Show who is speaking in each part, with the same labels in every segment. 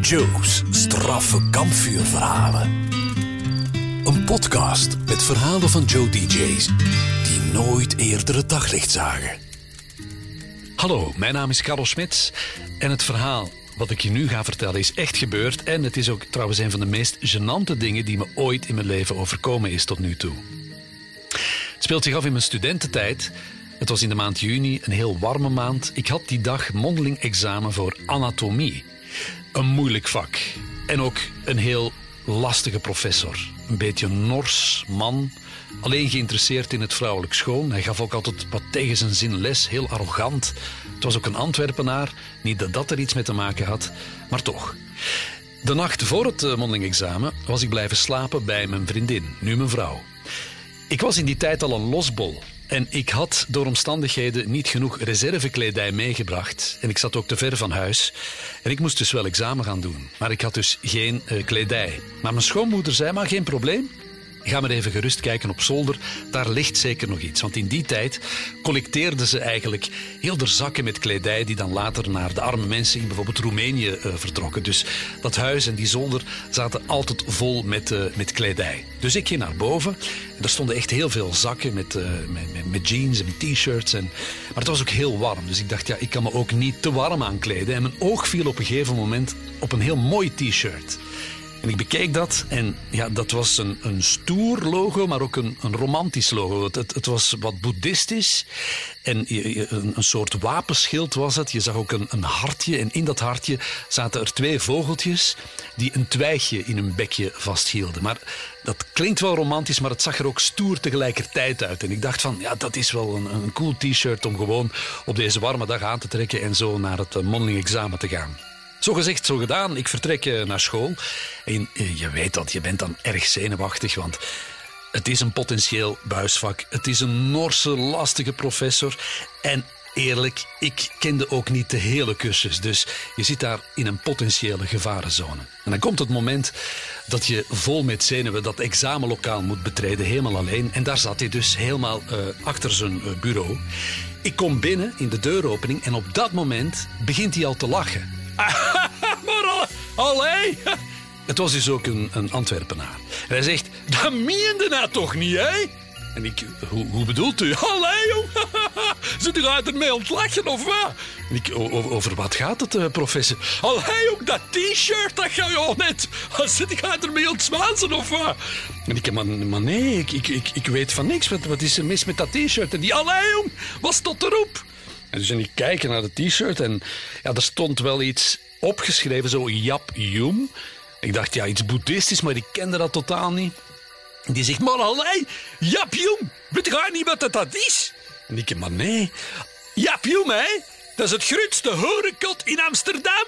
Speaker 1: Joe's straffe kampvuurverhalen. Een podcast met verhalen van Joe DJ's die nooit eerder het daglicht zagen.
Speaker 2: Hallo, mijn naam is Carlo Smits en het verhaal wat ik je nu ga vertellen is echt gebeurd en het is ook trouwens een van de meest gênante dingen die me ooit in mijn leven overkomen is tot nu toe. Het speelt zich af in mijn studententijd. Het was in de maand juni, een heel warme maand. Ik had die dag mondeling examen voor anatomie. Een moeilijk vak. En ook een heel lastige professor. Een beetje een nors man. Alleen geïnteresseerd in het vrouwelijk schoon. Hij gaf ook altijd wat tegen zijn zin les. Heel arrogant. Het was ook een Antwerpenaar. Niet dat dat er iets mee te maken had. Maar toch. De nacht voor het mondeling examen was ik blijven slapen bij mijn vriendin. Nu mijn vrouw. Ik was in die tijd al een losbol. En ik had door omstandigheden niet genoeg reservekledij meegebracht. En ik zat ook te ver van huis. En ik moest dus wel examen gaan doen. Maar ik had dus geen kledij. Maar mijn schoonmoeder zei, maar geen probleem. Ga maar even gerust kijken op zolder. Daar ligt zeker nog iets. Want in die tijd collecteerden ze eigenlijk heel de zakken met kledij die dan later naar de arme mensen in bijvoorbeeld Roemenië vertrokken. Dus dat huis en die zolder zaten altijd vol met kledij. Dus ik ging naar boven en er stonden echt heel veel zakken met jeans en t-shirts. Maar het was ook heel warm. Dus ik dacht, ja, ik kan me ook niet te warm aankleden. En mijn oog viel op een gegeven moment op een heel mooi t-shirt. En ik bekeek dat en ja, dat was een stoer logo, maar ook een romantisch logo. Het was wat boeddhistisch en een soort wapenschild was het. Je zag ook een hartje en in dat hartje zaten er 2 vogeltjes die een twijgje in hun bekje vasthielden. Maar dat klinkt wel romantisch, maar het zag er ook stoer tegelijkertijd uit. En ik dacht van, ja, dat is wel een cool t-shirt om gewoon op deze warme dag aan te trekken en zo naar het mondeling examen te gaan. Zo gezegd, zo gedaan. Ik vertrek naar school. En je weet dat, je bent dan erg zenuwachtig, want het is een potentieel buisvak. Het is een Norse, lastige professor. En eerlijk, ik kende ook niet de hele cursus. Dus je zit daar in een potentiële gevarenzone. En dan komt het moment dat je vol met zenuwen dat examenlokaal moet betreden, helemaal alleen. En daar zat hij dus helemaal achter zijn bureau. Ik kom binnen in de deuropening en op dat moment begint hij al te lachen. Maar allee! Het was dus ook een Antwerpenaar. En hij zegt, dat meende nou toch niet, hè? En ik, hoe bedoelt u? Allee, jong! Zit u uit ermee aan het lachen, of wat? En ik, over wat gaat het, professor? Allee, jong, dat t-shirt, dat ga je al net. Zit ik uit ermee aan het zwaansen, of wat? En ik, maar nee, ik weet van niks. Wat is er mis met dat t-shirt? En die, allee, jong, wat stond erop? En dus ik kijk naar het t-shirt en ja, er stond wel iets opgeschreven, zo Yap Yum. Ik dacht, ja, iets boeddhistisch, maar ik kende dat totaal niet. En die zegt, maar allee, Yap Yum, weet je niet wat dat is? En ik, maar nee, Yap Yum, hè, dat is het grootste horenkot in Amsterdam.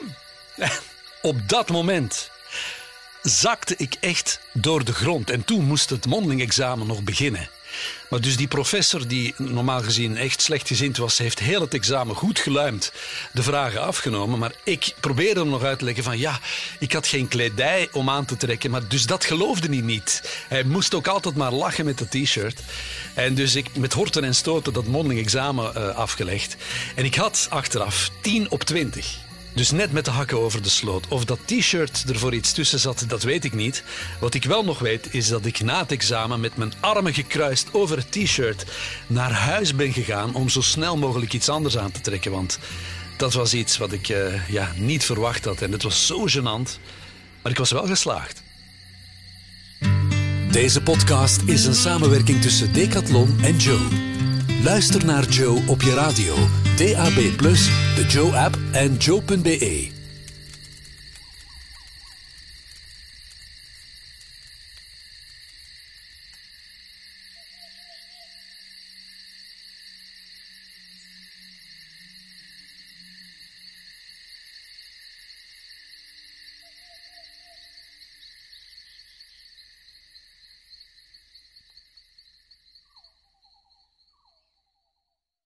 Speaker 2: Op dat moment zakte ik echt door de grond en toen moest het mondeling examen nog beginnen. Maar dus die professor, die normaal gezien echt slechtgezind was, heeft heel het examen goed geluimd de vragen afgenomen. Maar ik probeerde hem nog uit te leggen van ja, ik had geen kledij om aan te trekken, maar dus dat geloofde hij niet. Hij moest ook altijd maar lachen met het t-shirt. En dus ik met horten en stoten dat mondeling examen afgelegd. En ik had achteraf 10 op 20. Dus net met de hakken over de sloot. Of dat t-shirt er voor iets tussen zat, dat weet ik niet. Wat ik wel nog weet, is dat ik na het examen met mijn armen gekruist over het t-shirt naar huis ben gegaan om zo snel mogelijk iets anders aan te trekken. Want dat was iets wat ik niet verwacht had. En het was zo gênant. Maar ik was wel geslaagd.
Speaker 1: Deze podcast is een samenwerking tussen Decathlon en Joe. Luister naar Joe op je radio, DAB+, de Joe-app en joe.be.